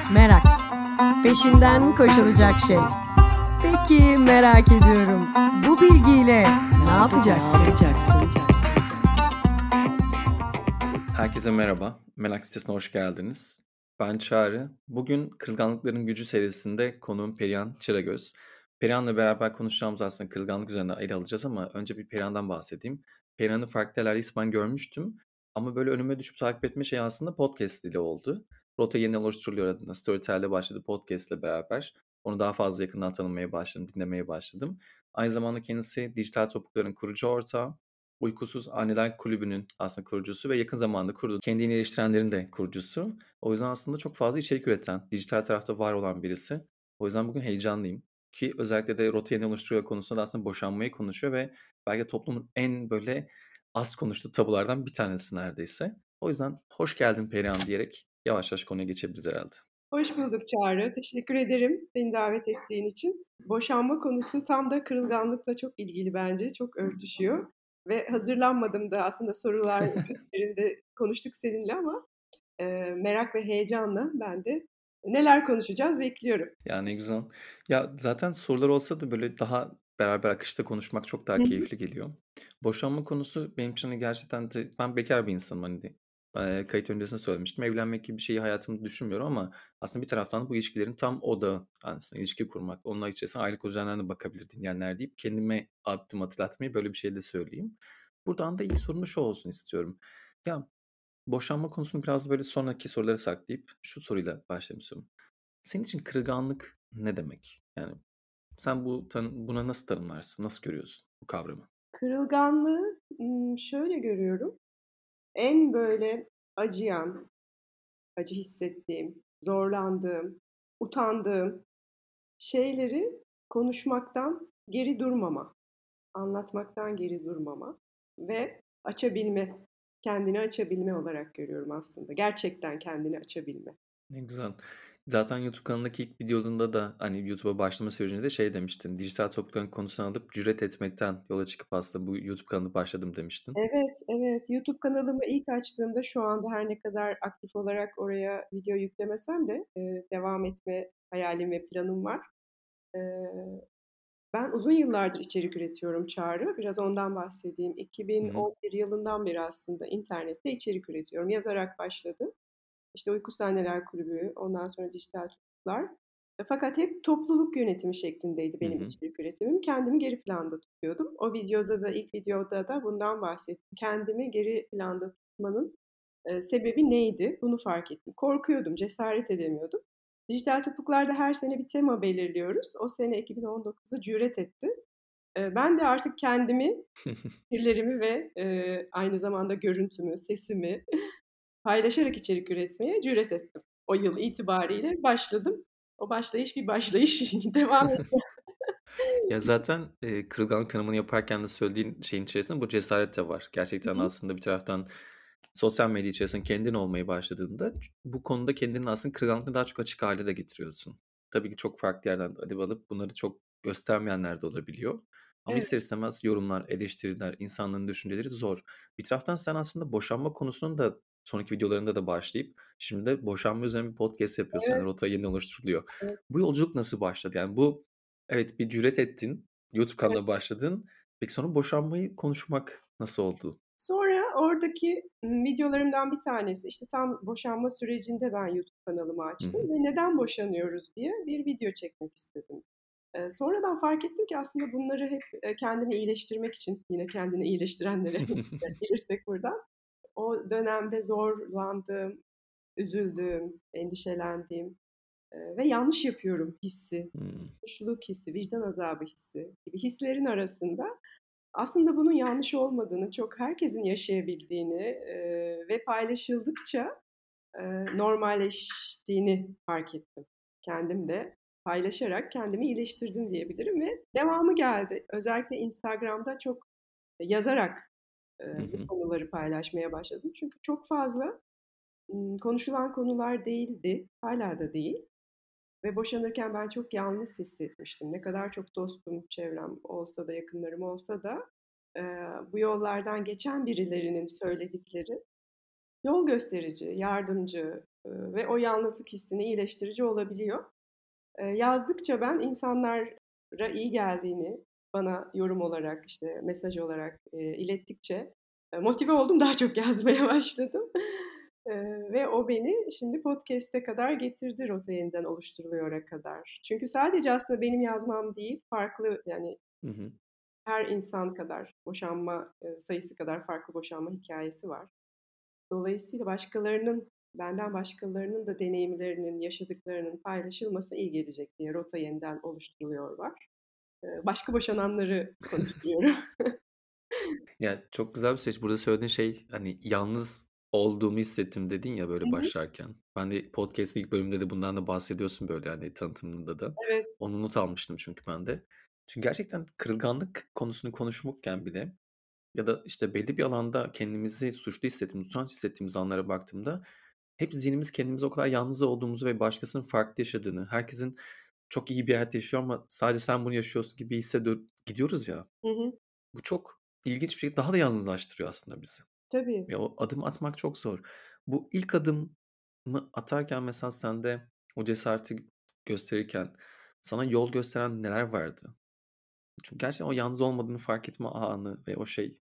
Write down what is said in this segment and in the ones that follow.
Merak. Peşinden koşulacak şey. Peki merak ediyorum. Bu bilgiyle ne yapacaksın? Herkese merhaba. Merak sitesine hoş geldiniz. Ben Çağrı. Bugün Kırılganlıkların Gücü serisinde konuğum Perihan Çıragöz. Perihan'la beraber konuşacağımız aslında kırılganlık üzerine ele alacağız ama önce bir Perihan'dan bahsedeyim. Perihan'ı farklı yerlerde ismen görmüştüm ama böyle önüme düşüp takip etme şey aslında podcast ile oldu. Rota Yeniden Oluşturuluyor adına Storytel'de başladı podcast ile beraber. Onu daha fazla yakından tanımaya başladım, dinlemeye başladım. Aynı zamanda kendisi Dijital Topukların kurucu ortağı. Uykusuz Anneler Kulübü'nün aslında kurucusu ve yakın zamanda kurduğu Kendini Eleştirenlerin de kurucusu. O yüzden aslında çok fazla içerik üreten, dijital tarafta var olan birisi. O yüzden bugün heyecanlıyım. Ki özellikle de Rota Yeniden Oluşturuyor konusunda da aslında boşanmayı konuşuyor ve belki de toplumun en böyle az konuştuğu tabulardan bir tanesi neredeyse. O yüzden hoş geldin Perihan diyerek yavaş yavaş konuya geçebiliriz herhalde. Hoş bulduk Çağrı. Teşekkür ederim beni davet ettiğin için. Boşanma konusu tam da kırılganlıkla çok ilgili bence. Çok örtüşüyor. Ve hazırlanmadım da aslında sorular üzerinde konuştuk seninle ama merak ve heyecanla ben de neler konuşacağız bekliyorum. Ya ne güzel. Ya zaten sorular olsa da böyle daha beraber akışta konuşmak çok Hı daha hı. keyifli geliyor. Boşanma konusu benim için hani gerçekten de ben bekar bir insanım hani de. Kayıt öncesinde söylemiştim. Evlenmek gibi bir şeyi hayatımda düşünmüyorum ama aslında bir taraftan da bu ilişkilerin tam odağı aslında ilişki kurmak. Onlar içerisinde aylık üzerinden de bakabilir dinleyenler deyip kendime attım hatırlatmayı böyle bir şey de söyleyeyim. Buradan da ilk sorunu şu olsun istiyorum. Ya boşanma konusunu biraz böyle sonraki soruları saklayıp şu soruyla başlamak istiyorum. Senin için kırılganlık ne demek? Yani sen buna nasıl tanımlarsın? Nasıl görüyorsun bu kavramı? Kırılganlığı şöyle görüyorum. En böyle acıyan, acı hissettiğim, zorlandığım, utandığım şeyleri konuşmaktan geri durmama. Anlatmaktan geri durmama ve açabilme, kendini açabilme olarak görüyorum aslında. Gerçekten kendini açabilme. Ne güzel. Zaten YouTube kanalındaki ilk videolarında da hani YouTube'a başlama sürecinde de şey demiştin. Dijital toplulukların konusunu alıp cüret etmekten yola çıkıp aslında bu YouTube kanalı başladım demiştin. Evet, evet. YouTube kanalımı ilk açtığımda şu anda her ne kadar aktif olarak oraya video yüklemesem de devam etme hayalim ve planım var. E, Ben uzun yıllardır içerik üretiyorum Çağrı. Biraz ondan bahsedeyim. Hı hı. 2011 yılından beri aslında internette içerik üretiyorum. Yazarak başladım. İşte Uykusuz Anneler Kulübü, ondan sonra dijital tutuklar. Fakat hep topluluk yönetimi şeklindeydi Hı benim hı. içerik üretimim. Kendimi geri planda tutuyordum. O videoda da, ilk videoda da bundan bahsettim. Kendimi geri planda tutmanın sebebi neydi? Bunu fark ettim. Korkuyordum, cesaret edemiyordum. Dijital topuklarda her sene bir tema belirliyoruz. O sene 2019'da cüret etti. Ben de artık kendimi, fikirlerimi ve aynı zamanda görüntümü, sesimi paylaşarak içerik üretmeye cüret ettim. O yıl itibariyle başladım. O başlayış bir başlayış devam etti. Ya zaten kırılganlık tanımını yaparken de söylediğin şeyin içerisinde bu cesaret de var. Hı Gerçekten hı. aslında bir taraftan sosyal medya içerisinde kendin olmaya başladığında bu konuda kendini aslında kırılganlıkla daha çok açık hale de getiriyorsun. Tabii ki çok farklı yerden alıp bunları çok göstermeyenler de olabiliyor. Ama Evet, ister istemez yorumlar, eleştiriler, insanların düşünceleri zor. Bir taraftan sen aslında boşanma konusunun da sonraki videolarında da başlayıp şimdi de boşanma üzerine bir podcast yapıyorsun. Yani evet, rota yeniden oluşturuluyor. evet, Bu yolculuk nasıl başladı? Yani bu evet bir cüret ettin. YouTube evet. kanalına başladın. Peki sonra boşanmayı konuşmak nasıl oldu? Sonra oradaki videolarımdan bir tanesi, işte tam boşanma sürecinde ben YouTube kanalımı Hı açtım hı. ve neden boşanıyoruz diye bir video çekmek istedim. Sonradan fark ettim ki aslında bunları hep kendimi iyileştirmek için, yine kendini iyileştirenlere gelirsek buradan, o dönemde zorlandığım, üzüldüğüm, endişelendiğim ve yanlış yapıyorum hissi, Hımm. suçluluk hissi, vicdan azabı hissi gibi hislerin arasında aslında bunun yanlış olmadığını, çok herkesin yaşayabildiğini ve paylaşıldıkça normalleştiğini fark ettim. Kendim de paylaşarak kendimi iyileştirdim diyebilirim ve devamı geldi. Özellikle Instagram'da çok yazarak Hı bu hı. konuları paylaşmaya başladım. Çünkü çok fazla konuşulan konular değildi, hala da değil. Ve boşanırken ben çok yalnız hissetmiştim. Ne kadar çok dostum, çevrem olsa da, yakınlarım olsa da bu yollardan geçen birilerinin söyledikleri yol gösterici, yardımcı, ve o yalnızlık hissini iyileştirici olabiliyor. Yazdıkça ben insanlara iyi geldiğini bana yorum olarak, işte, mesaj olarak, ilettikçe, motive oldum, daha çok yazmaya başladım. Ve o beni şimdi podcast'e kadar getirdi, Rota Yeniden Oluşturuluyor'a kadar. Çünkü sadece aslında benim yazmam değil, farklı, yani, Hı hı. her insan kadar, boşanma, sayısı kadar farklı boşanma hikâyesi var. Dolayısıyla benden başkalarının da deneyimlerinin, yaşadıklarının paylaşılması iyi gelecek diye Rota Yeniden Oluşturuluyor var. Başka boşananları konuşturuyorum. Ya, çok güzel bir süreç. Burada söylediğin şey, hani, "Yalnız olduğumu hissettim." dedin ya, Hı böyle, hı. başlarken. Ben de podcast'in ilk bölümünde de bundan da bahsediyorsun, böyle, hani, tanıtımında da. Evet. Onu not almıştım çünkü ben de. Çünkü gerçekten kırılganlık konusunu konuşurken bile ya da, işte, belli bir alanda kendimizi suçlu hissettiğimiz, utanç hissettiğimiz anlara baktığımda hep zihnimiz kendimizi o kadar yalnız olduğumuzu ve başkasının farklı yaşadığını, herkesin çok iyi bir hayat yaşıyor ama sadece sen bunu yaşıyorsun gibi gidiyoruz ya. Hı hı. Bu çok ilginç bir şekilde daha da yalnızlaştırıyor aslında bizi Tabii. ve o adım atmak çok zor. Bu ilk adımı atarken mesela sende o cesareti gösterirken sana yol gösteren neler vardı? Çünkü gerçekten o yalnız olmadığını fark etme anı ve o şey,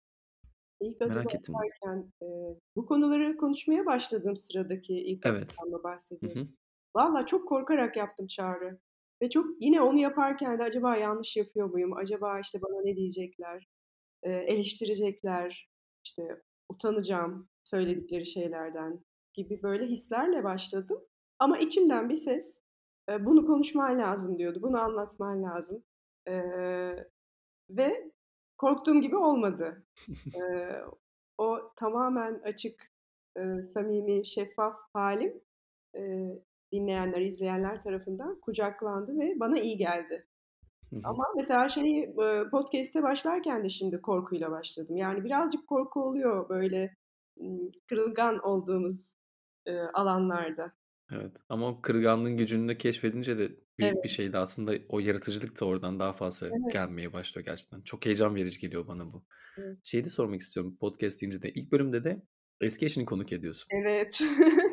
İlk adımı merak ettim onu. atarken, bu konuları konuşmaya başladığım sıradaki ilk Evet. adımdan mı Hı hı. bahsediyorsun? Valla çok korkarak yaptım Çağrı ve çok yine onu yaparken de acaba yanlış yapıyor muyum? Acaba, işte, bana ne diyecekler? Eleştirecekler, işte, utanacağım söyledikleri şeylerden gibi böyle hislerle başladım. Ama içimden bir ses, "Bunu konuşman lazım." diyordu, "Bunu anlatman lazım." Eee, ve korktuğum gibi olmadı. Eee, O tamamen açık, samimi, şeffaf hâlim, dinleyenler, izleyenler tarafından kucaklandı ve bana iyi geldi. Hı hı. Ama mesela podcast'e başlarken de şimdi korkuyla başladım. Yani birazcık korku oluyor böyle, kırılgan olduğumuz, alanlarda. Evet ama o kırılganlığın gücünü de keşfedince de büyük bir Evet, şeydi aslında o yaratıcılık da oradan daha fazla evet, gelmeye başlıyor gerçekten. Çok heyecan verici geliyor bana bu. evet. Şeyi de sormak istiyorum podcast deyince de ilk bölümde de eski eşini konuk ediyorsun. Evet.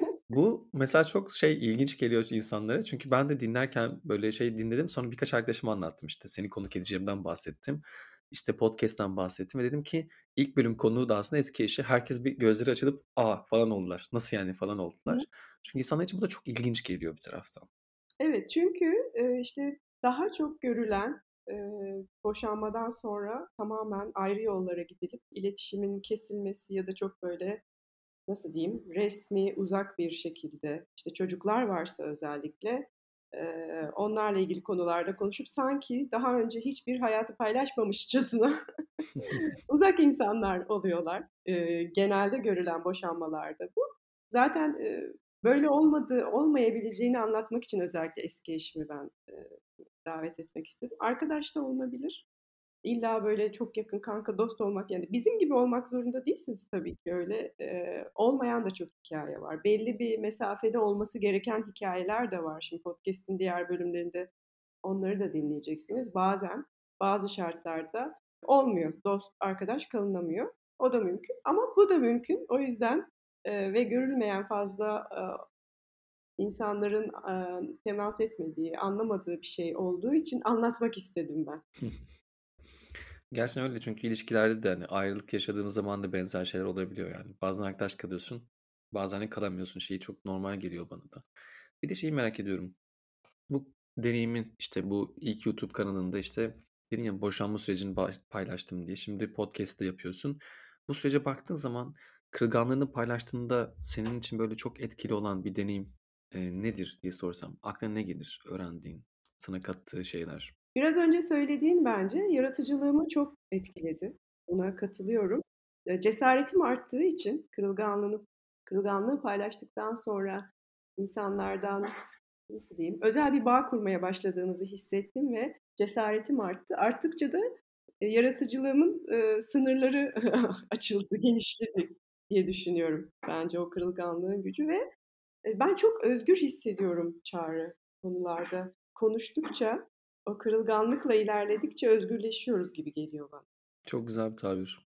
Bu mesela çok ilginç geliyor insanlara çünkü ben de dinlerken böyle dinledim sonra birkaç arkadaşıma anlattım işte seni konuk edeceğimden bahsettim. İşte podcast'ten bahsettim ve dedim ki ilk bölüm konuğu da aslında eski eşi. Herkes bir gözleri açılıp "A!" falan oldular. "Nasıl yani?" falan Hı hı. oldular. Çünkü insanlar için bu da çok ilginç geliyor bir taraftan. Evet, çünkü, işte, daha çok görülen, boşanmadan sonra tamamen ayrı yollara gidilip iletişimin kesilmesi ya da çok böyle, nasıl diyeyim, resmi, uzak bir şekilde, işte, çocuklar varsa özellikle, onlarla ilgili konularda konuşup sanki daha önce hiçbir hayatı paylaşmamışçasına uzak insanlar oluyorlar. Genelde görülen boşanmalarda bu. Zaten, böyle olmayabileceğini anlatmak için özellikle eski eşimi ben, davet etmek istedim. Arkadaş da olunabilir. İlla böyle çok yakın kanka, dost olmak, yani bizim gibi olmak zorunda değilsiniz tabii ki öyle. Olmayan da çok hikâye var. Belli bir mesafede olması gereken hikâyeler de var. Şimdi podcast'in diğer bölümlerinde onları da dinleyeceksiniz. Bazen, bazı şartlarda olmuyor. Dost, arkadaş kalınamıyor. O da mümkün ama bu da mümkün. O yüzden, ve görülmeyen fazla, insanların, temas etmediği, anlamadığı bir şey olduğu için anlatmak istedim ben. Gerçekten öyle çünkü ilişkilerde de, hani, ayrılık yaşadığımız zaman da benzer şeyler olabiliyor yani. Bazen arkadaş kalıyorsun, bazen de kalamıyorsun. Şeyi çok normal geliyor bana da. Bir de şeyi merak ediyorum. Bu deneyimin, işte, bu ilk YouTube kanalında, işte, dedin ya, boşanma sürecini paylaştım diye. Şimdi podcast de yapıyorsun. Bu sürece baktığın zaman kırılganlığını paylaştığında senin için böyle çok etkili olan bir deneyim, nedir diye sorsam aklına ne gelir öğrendiğin, sana kattığı şeyler? Biraz önce söylediğin bence yaratıcılığımı çok etkiledi. Buna katılıyorum. Cesaretim arttığı için kırılganlığı paylaştıktan sonra insanlardan, nasıl diyeyim, özel bir bağ kurmaya başladığımızı hissettim ve cesaretim arttı. Arttıkça da, yaratıcılığımın, sınırları açıldı, genişledi diye düşünüyorum bence o kırılganlığın gücü ve, ben çok özgür hissediyorum Çağrı konularda. Konuştukça, o kırılganlıkla ilerledikçe özgürleşiyoruz gibi geliyor bana. Çok güzel bir tabir.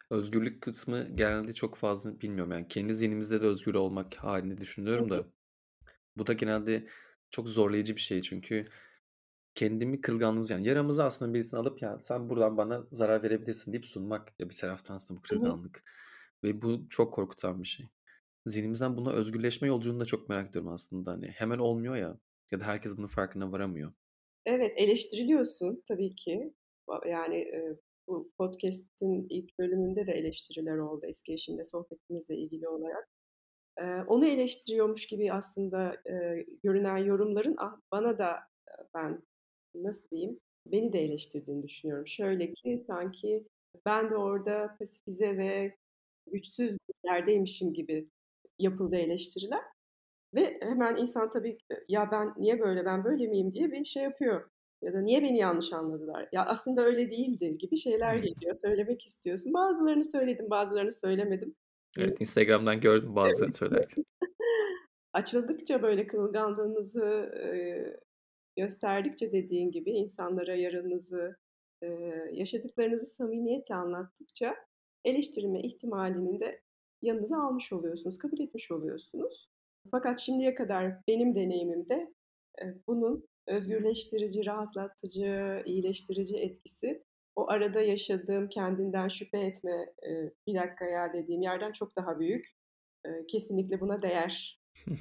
Özgürlük kısmı genelde çok fazla bilmiyorum. Yani kendi zihnimizde de özgür olmak halini Hı düşünüyorum hı. da bu da genelde çok zorlayıcı bir şey çünkü kendimi kırılganlığımız yani yaramızı aslında birisini alıp ya sen buradan bana zarar verebilirsin deyip sunmak ya bir taraftan aslında bu Hı hı. kırılganlık ve bu çok korkutan bir şey. Zihnimizden buna özgürleşme yolculuğunu da çok merak ediyorum aslında. Hani hemen olmuyor ya da herkes bunun farkına varamıyor. Evet, eleştiriliyorsun tabii ki. Yani bu podcast'in ilk bölümünde de eleştiriler oldu eski eşimle sohbetimizle ilgili olarak. Onu eleştiriyormuş gibi aslında görünen yorumların bana da ben nasıl diyeyim, beni de eleştirdiğini düşünüyorum. Şöyle ki sanki ben de orada pasifize ve güçsüz bir yerdeymişim gibi yapıldı eleştiriler. Ve hemen insan tabii ya ben niye böyle, ben böyle miyim diye bir şey yapıyor. Ya da niye beni yanlış anladılar? Ya aslında öyle değildi gibi şeyler Hımm. geliyor. Söylemek istiyorsun. Bazılarını söyledim, bazılarını söylemedim. Benim Evet, Instagram'dan gördüm bazılarını söylerken. açıldıkça böyle kırılganlığınızı gösterdikçe dediğin gibi insanlara yaranızı, yaşadıklarınızı samimiyetle anlattıkça eleştirme ihtimalini de yanınıza almış oluyorsunuz, kabul etmiş oluyorsunuz. Fakat şimdiye kadar benim deneyimimde bunun özgürleştirici, rahatlatıcı, iyileştirici etkisi o arada yaşadığım kendinden şüphe etme, bir dakika ya dediğim yerden çok daha büyük. Kesinlikle buna değer.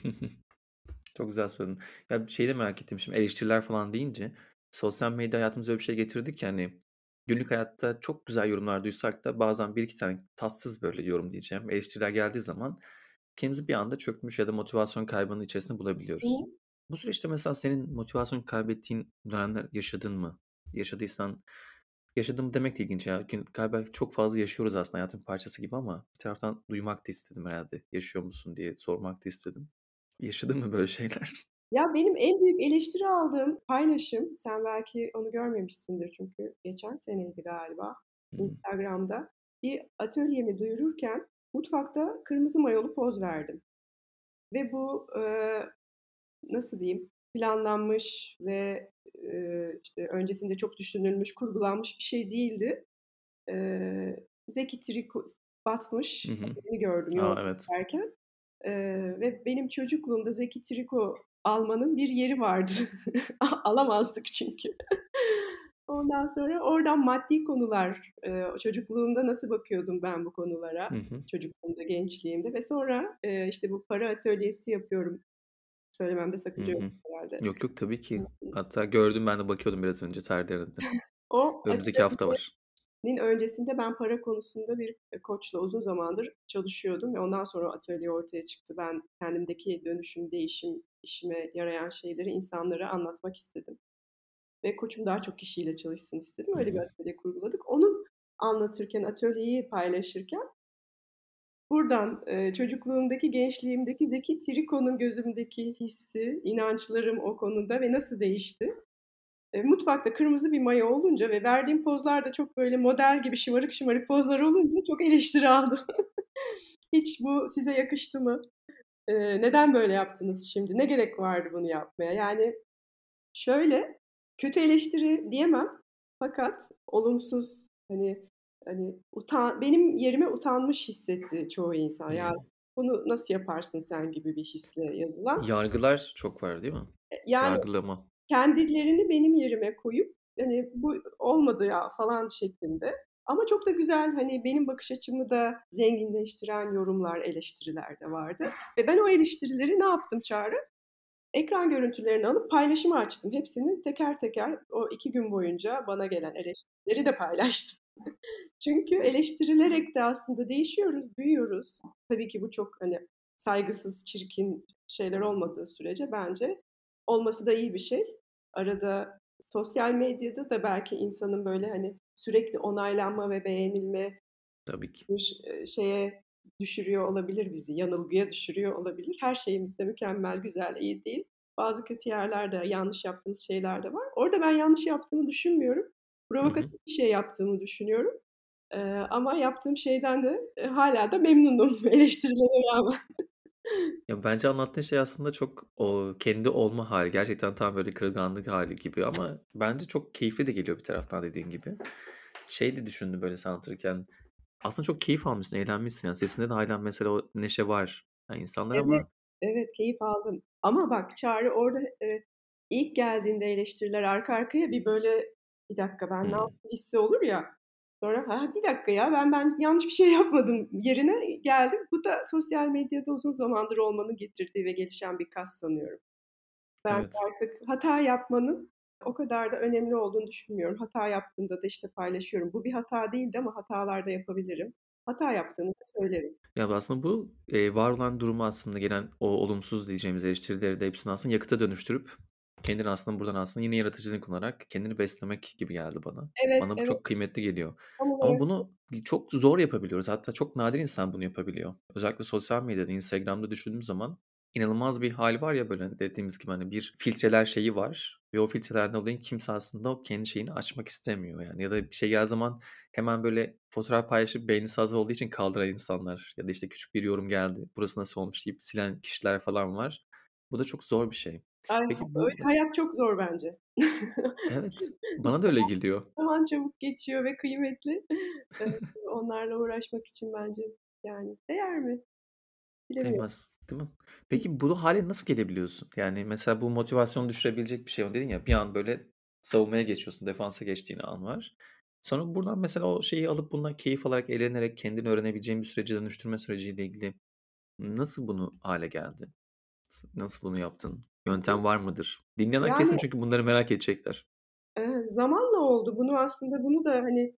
Çok güzel söyledin. Ya, şeyi de merak ettim şimdi eleştiriler falan deyince sosyal medya hayatımıza öyle bir şey getirdi ki, hani, günlük hayatta çok güzel yorumlar duysak da bazen bir iki tane tatsız böyle yorum diyeceğim eleştiriler geldiği zaman kendimizi bir anda çökmüş ya da motivasyon kaybının içerisinde Hı bulabiliyoruz. hı. Bu süreçte mesela senin motivasyon kaybettiğin dönemler yaşadın mı? Yaşadıysan yaşadım demek de ilginç ya. Galiba çok fazla yaşıyoruz aslında hayatın parçası gibi ama bir taraftan duymak da istedim herhalde. Yaşıyor musun diye sormak da istedim. Yaşadın mı böyle şeyler? Ya, benim en büyük eleştiri aldığım paylaşım, sen belki onu görmemişsindir çünkü geçen seneydi galiba, Hımm. Instagram'da bir atölyemi duyururken mutfakta kırmızı mayolu poz verdim ve bu, nasıl diyeyim, planlanmış ve işte, öncesinde çok düşünülmüş, kurgulanmış bir şey değildi. Zeki Triko batmış, Hı hı. haberini gördüm A, yolda evet. giderken. Ve benim çocukluğumda Zeki Triko almanın bir yeri vardı. Alamazdık çünkü. Ondan sonra oradan maddi konular, çocukluğumda nasıl bakıyordum ben bu Hı konulara, hı. çocukluğumda, gençliğimde ve sonra, işte bu para atölyesi yapıyorum, söylememde Hı sakınca yok hı. herhâlde. Yok, yok, tabii ki. Hatta gördüm ben de bakıyordum biraz önce tarihlerinde. O Önümüzdeki hafta atölyenin var. öncesinde ben para konusunda bir koçla uzun zamandır çalışıyordum ve ondan sonra atölye ortaya çıktı. Ben kendimdeki dönüşüm, değişim, işime yarayan şeyleri insanlara anlatmak istedim. Ve koçum daha çok kişiyle çalışsın istedim. Hı Öyle bir hı. atölye kurguladık. Onu anlatırken, atölyeyi paylaşırken buradan çocukluğumdaki, gençliğimdeki Zeki Triko'nun gözümdeki hissi, inançlarım o konuda ve nasıl değişti? Mutfakta kırmızı bir maya olunca ve verdiğim pozlar da çok böyle model gibi şımarık şımarık pozlar olunca çok eleştiri aldım. Hiç bu size yakıştı mı? Neden böyle yaptınız şimdi? Ne gerek vardı bunu yapmaya? Yani şöyle, kötü eleştiri diyemem fakat olumsuz, hani benim yerime utanmış hissetti çoğu insan. "Ya, Hımm. bunu nasıl yaparsın sen?" gibi bir hisle yazılan. Yargılar çok var değil mi? Yani Yargılama. kendilerini benim yerime koyup, hani, "Bu olmadı ya." falan şeklinde ama çok da güzel, hani, benim bakış açımı da zenginleştiren yorumlar, eleştiriler de vardı ve ben o eleştirileri ne yaptım Çağrı? Ekran görüntülerini alıp paylaşıma açtım. Hepsini teker teker o 2 gün boyunca bana gelen eleştirileri de paylaştım. Çünkü eleştirilerek de aslında değişiyoruz, büyüyoruz. Tabii ki bu çok, hani, saygısız, çirkin şeyler olmadığı sürece bence olması da iyi bir şey. Arada sosyal medyada da belki insanın, böyle, hani, sürekli onaylanma ve beğenilme Tabii ki. bir, şeye düşürüyor olabilir bizi, yanılgıya düşürüyor olabilir. Her şeyimiz de mükemmel, güzel, iyi değil. Bazı kötü yerlerde, yanlış yaptığımız şeyler de var. Orada ben yanlış yaptığımı düşünmüyorum. Hı hı. Provokatif bir şey yaptığımı düşünüyorum. Ama yaptığım şeyden de, hâlâ da memnunum eleştirilere rağmen. Ya, bence anlattığın şey aslında çok o kendi olma hâli. Gerçekten tam böyle kırılganlık hâli gibi ama bence çok keyifli de geliyor bir taraftan dediğin gibi. Şey de düşündüm böyle sen anlatırken, aslında çok keyif almışsın, eğlenmişsin. Yani sesinde de hâlen mesela o neşe var. Yani insanlar Evet, ama evet, keyif aldım. Ama bak Çağrı orada, ilk geldiğinde eleştiriler arka arkaya bir böyle, "Bir dakika ben ne Hımm. yaptım?" hissi olur ya. Sonra, "Ha, bir dakika ya ben yanlış bir şey yapmadım." yerine geldim. Bu da sosyal medyada uzun zamandır olmanın getirdiği ve gelişen bir kas sanıyorum. Ben Evet. artık hata yapmanın o kadar da önemli olduğunu düşünmüyorum. Hata yaptığımda da, işte, paylaşıyorum. Bu bir hata değildi ama hatalar da yapabilirim. Hata yaptığımı da söylerim. Ya, aslında bu, var olan durumu aslında gelen o olumsuz diyeceğimiz eleştirileri de hepsini aslında yakıta dönüştürüp kendini aslında buradan aslında yine yaratıcılığını kullanarak kendini beslemek gibi geldi bana. Evet, Bana bu evet, çok kıymetli geliyor. tam Ama olarak bunu çok zor yapabiliyoruz. Hatta çok nadir insan bunu yapabiliyor. Özellikle sosyal medyada, Instagram'da düşündüğüm zaman inanılmaz bir hâl var ya, böyle, dediğimiz gibi, hani, bir filtreler şeyi var ve o filtrelerden dolayı kimse aslında o kendi şeyini açmak istemiyor yani ya da bir şey geldiği zaman hemen böyle fotoğraf paylaşıp beğenisi az olduğu için kaldıran insanlar ya da, işte, küçük bir yorum geldi, "Burası nasıl olmuş?" deyip silen kişiler falan var. Bu da çok zor bir şey. Ay, Peki bu öyle hayat çok zor bence. Evet, bana da öyle Zaman geliyor. zaman çabuk geçiyor ve kıymetli. Eee, onlarla uğraşmak için bence, yani, değer mi? Bilemiyorum. Değmez, değil mi? Peki bu hâle nasıl gelebiliyorsun? Yani, mesela bu motivasyonu düşürebilecek bir şey. Dedin ya, bir an böyle savunmaya geçiyorsun, defansa geçtiğin an var. Sonra buradan mesela o şeyi alıp bundan keyif alarak, eğlenerek kendini öğrenebileceğin bir sürece dönüştürme süreciyle ilgili nasıl bunu hâle geldin? Nasıl bunu yaptın? Yöntem var mıdır? Dinleyenler kesin Yani, çünkü bunları merak edecekler. zamanla oldu. Bunu aslında bunu da, hani,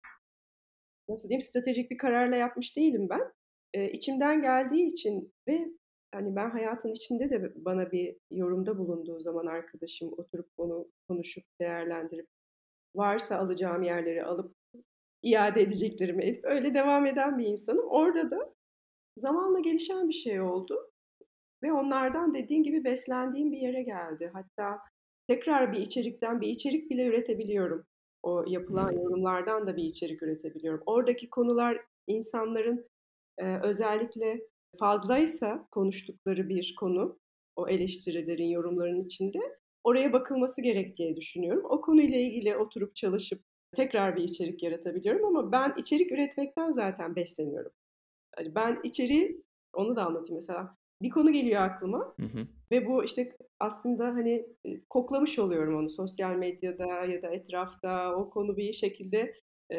nasıl diyeyim, stratejik bir kararla yapmış değilim ben. İçimden geldiği için ve, hani, ben hayatın içinde de bana bir yorumda bulunduğu zaman arkadaşım oturup onu konuşup değerlendirip varsa alacağım yerleri alıp iade edeceklerimi edip öyle devam eden bir insanım. Orada da zamanla gelişen bir şey oldu ve onlardan dediğin gibi beslendiğim bir yere geldi. Hatta tekrar bir içerikten bir içerik bile üretebiliyorum. O yapılan Hımm. yorumlardan da bir içerik üretebiliyorum. Oradaki konular insanların, özellikle fazlaysa konuştukları bir konu, o eleştirilerin, yorumların içinde oraya bakılması gerek diye düşünüyorum. O konuyla ilgili oturup çalışıp tekrar bir içerik yaratabiliyorum ama ben içerik üretmekten zaten besleniyorum. Hani, ben içeriği onu da anlatayım mesela. Bir konu geliyor aklıma Hı hı. ve bu, işte, aslında, hani, koklamış oluyorum onu sosyal medyada ya da etrafta. O konu bir şekilde,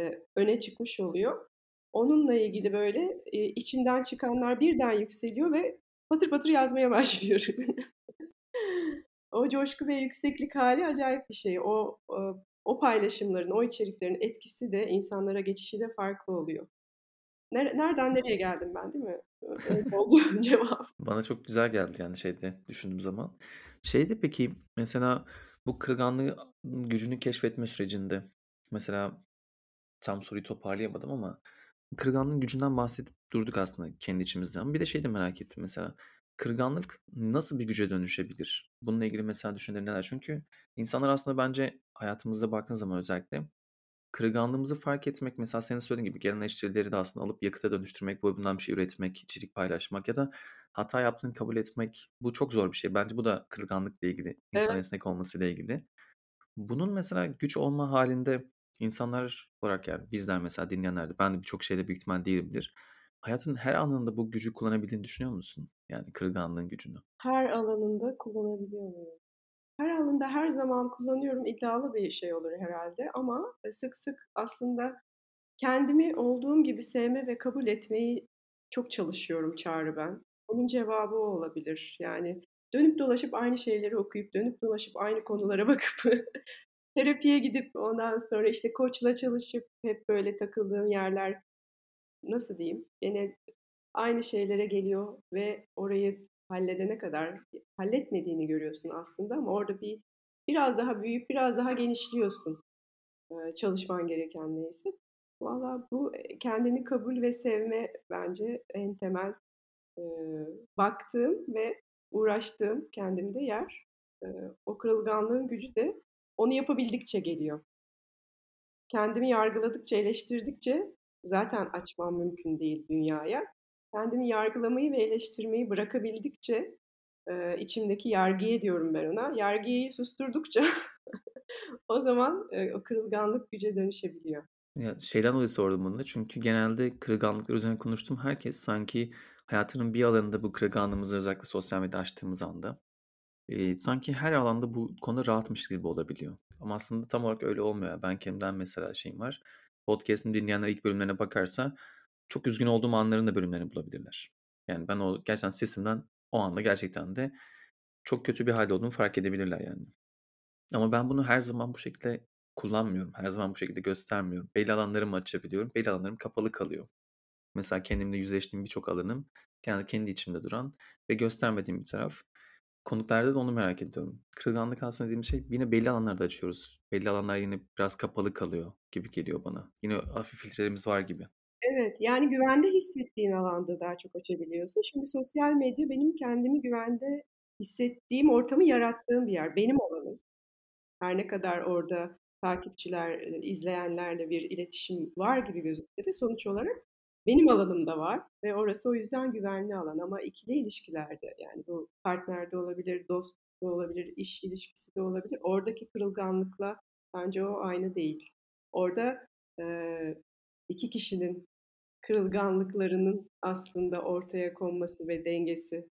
öne çıkmış oluyor. Onunla ilgili, böyle, içimden çıkanlar birden yükseliyor ve patır patır yazmaya başlıyorum. O coşku ve yükseklik hâli acayip bir şey. O paylaşımların, o içeriklerin etkisi de insanlara geçişi de farklı oluyor. Nereden nereye geldim ben, değil mi? Öyle oldu cevap. Bana çok güzel geldi yani şeyde düşündüğüm zaman. Şeyde peki mesela bu kırılganlığı gücünü keşfetme sürecinde mesela tam soruyu toparlayamadım ama kırılganlığın gücünden bahsedip durduk aslında kendi içimizde ama bir de şeyi de merak ettim mesela. Kırılganlık nasıl bir güce dönüşebilir? Bununla ilgili mesela düşüncelerin neler? Çünkü insanlar aslında bence hayatımızda baktığın zaman özellikle kırılganlığımızı fark etmek, mesela senin söylediğin gibi gelen eleştirileri de aslında alıp yakıta dönüştürmek, bundan bir şey üretmek, içerik paylaşmak ya da hata yaptığını kabul etmek, bu çok zor bir şey. Bence bu da kırılganlıkla ilgili, insan Evet, esnek olmasıyla ilgili. Bunun mesela güç olma halinde insanlar olarak yani bizler mesela dinleyenler de ben de birçok şeyde büyük ihtimal değilimdir. Hayatın her anında bu gücü kullanabildiğini düşünüyor musun? Yani kırılganlığın gücünü. her alanında kullanabiliyor muyum? Her alanında her zaman kullanıyorum iddialı bir şey olur herhâlde ama, sık sık aslında kendimi olduğum gibi sevme ve kabul etmeyi çok çalışıyorum Çağrı ben. Onun cevabı o olabilir. Yani dönüp dolaşıp aynı şeyleri okuyup, dönüp dolaşıp aynı konulara bakıp, terapiye gidip ondan sonra, işte, koçla çalışıp hep böyle takıldığın yerler, nasıl diyeyim, gene aynı şeylere geliyor ve orayı halledene kadar halletmediğini görüyorsun aslında ama orada biraz daha büyüyüp biraz daha genişliyorsun, çalışman gereken neyse. Valla bu, kendini kabul ve sevme bence en temel, baktığım ve uğraştığım kendimde yer. O kırılganlığın gücü de onu yapabildikçe geliyor. Kendimi yargıladıkça, eleştirdikçe zaten açmam mümkün değil dünyaya. Kendimi yargılamayı ve eleştirmeyi bırakabildikçe, içimdeki yargıye diyorum ben ona, yargıyı susturdukça o zaman, o kırılganlık güce dönüşebiliyor. Ya, şeyden dolayı sordum bunu da çünkü genelde kırılganlıklar üzerine konuştuğum herkes sanki hayatının bir alanında bu kırılganlığımızı özellikle sosyal medya açtığımız anda, sanki her alanda bu konuda rahatmış gibi olabiliyor. Ama aslında tam olarak öyle olmuyor. Ben kendimden mesela şeyim var. Podcast'ini dinleyenler ilk bölümlerine bakarsa çok üzgün olduğum anların da bölümlerini bulabilirler. Yani ben o gerçekten sesimden o anda gerçekten de çok kötü bir hâlde olduğumu fark edebilirler yani. Ama ben bunu her zaman bu şekilde kullanmıyorum. Her zaman bu şekilde göstermiyorum. Belli alanlarımı açabiliyorum. Belli alanlarım kapalı kalıyor. Mesela kendimle yüzleştiğim birçok alanım genelde kendi içimde duran ve göstermediğim bir taraf. Konuklarda da onu merak ediyorum. Kırılganlık aslında dediğim şey yine belli alanlarda açıyoruz. Belli alanlar yine biraz kapalı kalıyor gibi geliyor bana. Yine hafif filtrelerimiz var gibi. Evet, yani güvende hissettiğin alanda daha çok açabiliyorsun. Şimdi sosyal medya benim kendimi güvende hissettiğim ortamı yarattığım bir yer. Benim alanım. Her ne kadar orada takipçiler, izleyenlerle bir iletişim var gibi gözükse de sonuç olarak benim alanım da var ve orası o yüzden güvenli alan. Ama ikili ilişkilerde yani bu partnerde olabilir, dost da olabilir, iş ilişkisi de olabilir. Oradaki kırılganlıkla bence o aynı değil. Orada iki kişinin kırılganlıklarının aslında ortaya konması ve dengesi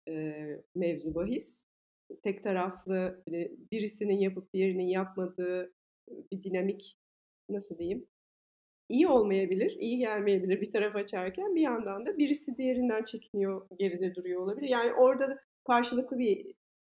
mevzu bahis. Tek taraflı hani birisinin yapıp diğerinin yapmadığı bir dinamik nasıl diyeyim? İyi olmayabilir, iyi gelmeyebilir bir taraf açarken bir yandan da birisi diğerinden çekiniyor, geride duruyor olabilir. Yani orada da karşılıklı bir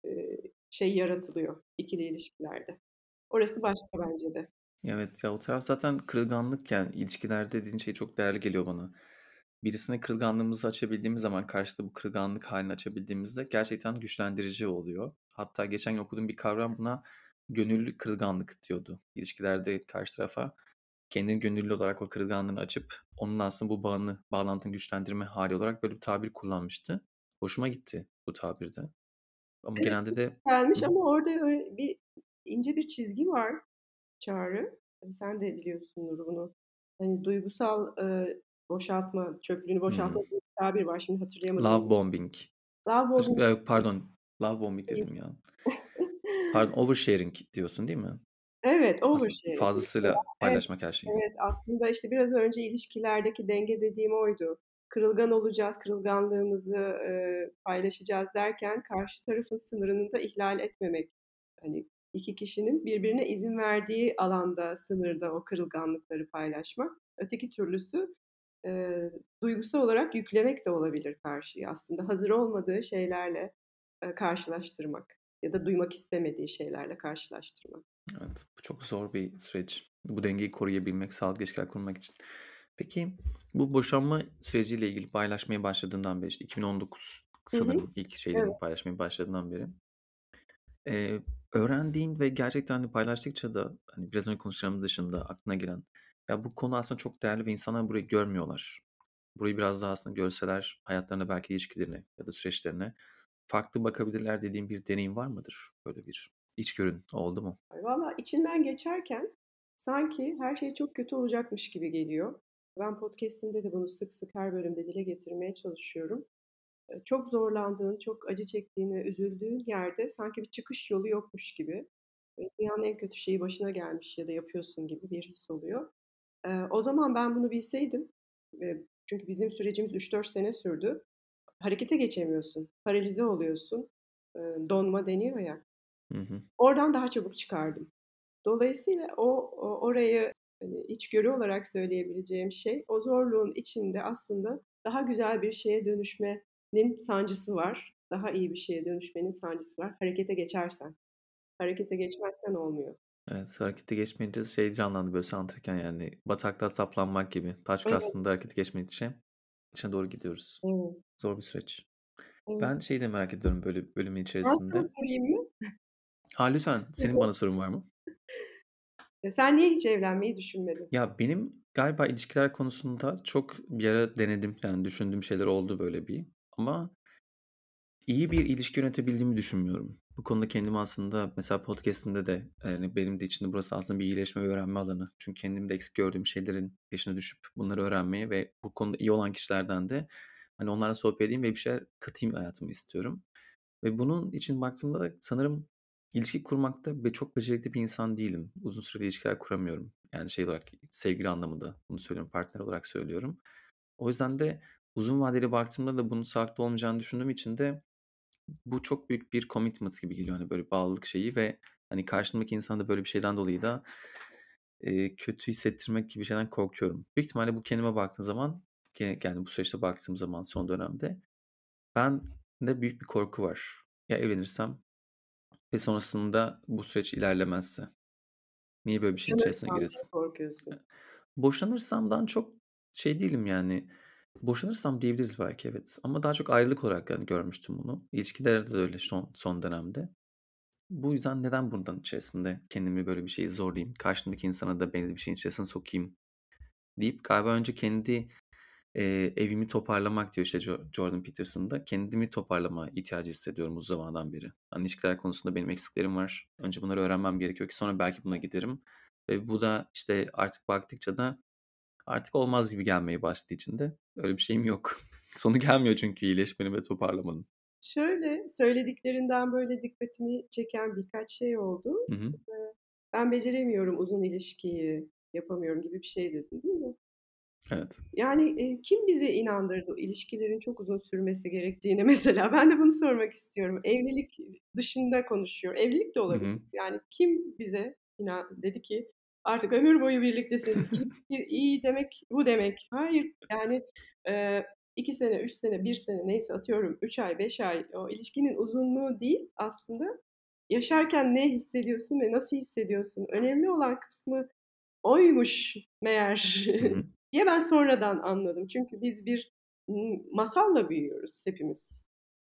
şey yaratılıyor ikili ilişkilerde. Orası başka bence de. Evet ya o taraf zaten kırılganlık yani ilişkilerde dediğin şey çok değerli geliyor bana. Birisine kırılganlığımızı açabildiğimiz zaman karşıda bu kırılganlık halini açabildiğimizde gerçekten güçlendirici oluyor. Hatta geçen gün okuduğum bir kavram buna gönüllü kırılganlık diyordu. İlişkilerde karşı tarafa kendini gönüllü olarak o kırılganlığını açıp onun aslında bu bağını, bağlantını güçlendirme hali olarak böyle bir tabir kullanmıştı. Hoşuma gitti bu tabirde. Ama Evet, genelde çok de güzelmiş hı hı. ama orada öyle bir ince bir çizgi var Çağrı. Hani sen de biliyorsundur bunu. Hani duygusal boşaltma, çöplüğünü Hmm. boşaltma diye bir tabir var. Şimdi hatırlayamadım Love ama. bombing. Love bombing Pardon. Love bombing değil. dedim ya. Pardon, oversharing diyorsun değil mi? Evet, Aslında oversharing. Mesela, fazlasıyla evet, paylaşmak her şeyi. evet aslında işte biraz önce ilişkilerdeki denge dediğim oydu. Kırılgan olacağız, kırılganlığımızı paylaşacağız derken karşı tarafın sınırını da ihlal etmemek. Hani iki kişinin birbirine izin verdiği alanda, sınırda o kırılganlıkları paylaşmak. Öteki türlüsü e, duygusal olarak yüklemek de olabilir karşıya. Aslında hazır olmadığı şeylerle karşılaştırmak ya da duymak istemediği şeylerle karşılaştırmak. Evet, bu çok zor bir süreç. Bu dengeyi koruyabilmek, sağlıklı ilişkiler kurmak için. Peki bu boşanma süreciyle ilgili paylaşmaya başladığından beri işte 2019 Hı hı. sanırım ilk Evet. şeylerini paylaşmaya başladığından beri Eee, öğrendiğin ve gerçekten, hani, paylaştıkça da, hani, biraz önce konuşacağımız dışında aklına gelen, ya, bu konu aslında çok değerli ve insanlar burayı görmüyorlar. Burayı biraz daha aslında görseler hayatlarına belki ilişkilerine ya da süreçlerine farklı bakabilirler dediğin bir deneyim var mıdır? Böyle bir içgörün oldu mu? Valla içinden geçerken sanki her şey çok kötü olacakmış gibi geliyor. Ben podcast'imde de bunu sık sık her bölümde dile getirmeye çalışıyorum. Çok zorlandığın, çok acı çektiğin ve üzüldüğün yerde sanki bir çıkış yolu yokmuş gibi. Dünyanın en kötü şeyi başına gelmiş ya da yapıyorsun gibi bir his oluyor. O zaman ben bunu bilseydim, çünkü bizim sürecimiz 3-4 sene sürdü. Harekete geçemiyorsun, paralize oluyorsun, donma deniyor ya. Hı hı. Oradan daha çabuk çıkardım. Dolayısıyla orayı hani içgörü olarak söyleyebileceğim şey o zorluğun içinde aslında daha güzel bir şeye dönüşmenin sancısı var. Daha iyi bir şeye dönüşmenin sancısı var. Harekete geçersen. Harekete geçmezsen olmuyor. Evet, harekete geçmeyince şey canlandı böyle sen anlatırken yani bataklığa saplanmak gibi. Daha çok Evet, aslında harekete geçmediği için içine doğru gidiyoruz. evet, Zor bir süreç. evet. Ben şeyi de merak ediyorum böyle bölümün Ben sana içerisinde. sorayım mı? Lütfen senin bana sorun var mı? Sen niye hiç evlenmeyi düşünmedin? Ya, benim galiba ilişkiler konusunda çok bir ara denedim, yani, düşündüğüm şeyler oldu böyle bir ama iyi bir ilişki yönetebildiğimi düşünmüyorum. Bu konuda kendimi aslında mesela podcast'imde de, hani, benim de içinde burası aslında bir iyileşme ve öğrenme alanı. Çünkü kendimde eksik gördüğüm şeylerin peşine düşüp bunları öğrenmeyi ve bu konuda iyi olan kişilerden de, hani, onlarla sohbet edeyim ve bir şeyler katayım hayatıma istiyorum. Ve bunun için baktığımda da sanırım ilişki kurmakta çok becerikli bir insan değilim. Uzun süreli ilişkiler kuramıyorum. Yani şey olarak sevgili anlamında bunu söylüyorum, partner olarak söylüyorum. O yüzden de uzun vadeli baktığımda da bunun sağlıklı olmayacağını düşündüğüm için de bu çok büyük bir commitment gibi geliyor, hani, böyle bağlılık şeyi ve, hani, karşımdaki insana da böyle bir şeyden dolayı da, kötü hissettirmek gibi bir şeyden korkuyorum. Büyük ihtimalle bu kendime baktığım zaman, yani, bu süreçte baktığım zaman son dönemde bende büyük bir korku var. Ya evlenirsem ve sonrasında bu süreç ilerlemezse? Niye böyle bir şeyin içerisine Boşanırsam diye giresin? korkuyorsun. Boşanırsamdan çok şey değilim yani. Boşanırsam diyebiliriz belki evet ama daha çok ayrılık olarak, hani, görmüştüm bunu. İlişkilerde de öyle son dönemde. Bu yüzden neden bundan içerisinde kendimi böyle bir şeye zorlayayım, karşımdaki insana da belli bir şeyin içerisine sokayım deyip galiba önce kendi, evimi toparlamak diyor işte Jordan Peterson da. Kendimi toparlama ihtiyacı hissediyorum uzun zamandan beri. Hani, ilişkiler konusunda benim eksiklerim var. Önce bunları öğrenmem gerekiyor ki sonra belki buna giderim ve bu da, işte, artık baktıkça da artık olmaz gibi gelmeye başladığı için de öyle bir şeyim yok. Sonu gelmiyor çünkü iyileşmenin ve toparlamanın. Şöyle, söylediklerinden böyle dikkatimi çeken birkaç şey oldu. Hı hı. Ben beceremiyorum uzun ilişkiyi, yapamıyorum gibi bir şey dedin, değil mi? Evet. Yani, kim bize inandırdı o ilişkilerin çok uzun sürmesi gerektiğine mesela? Ben de bunu sormak istiyorum. Evlilik dışında konuşuyorum. Evlilik de Hı olabilir. hı. Yani kim bize dedi ki artık ömür boyu birliktesiniz. İlişki iyi demek bu demek. Hayır, yani, eee, 2 sene, 3 sene, 1 sene neyse atıyorum 3 ay, 5 ay o ilişkinin uzunluğu değil aslında yaşarken ne hissediyorsun ve nasıl hissediyorsun? Önemli olan kısmı oymuş meğer Hı hı. diye ben sonradan anladım. Çünkü biz bir masalla büyüyoruz hepimiz.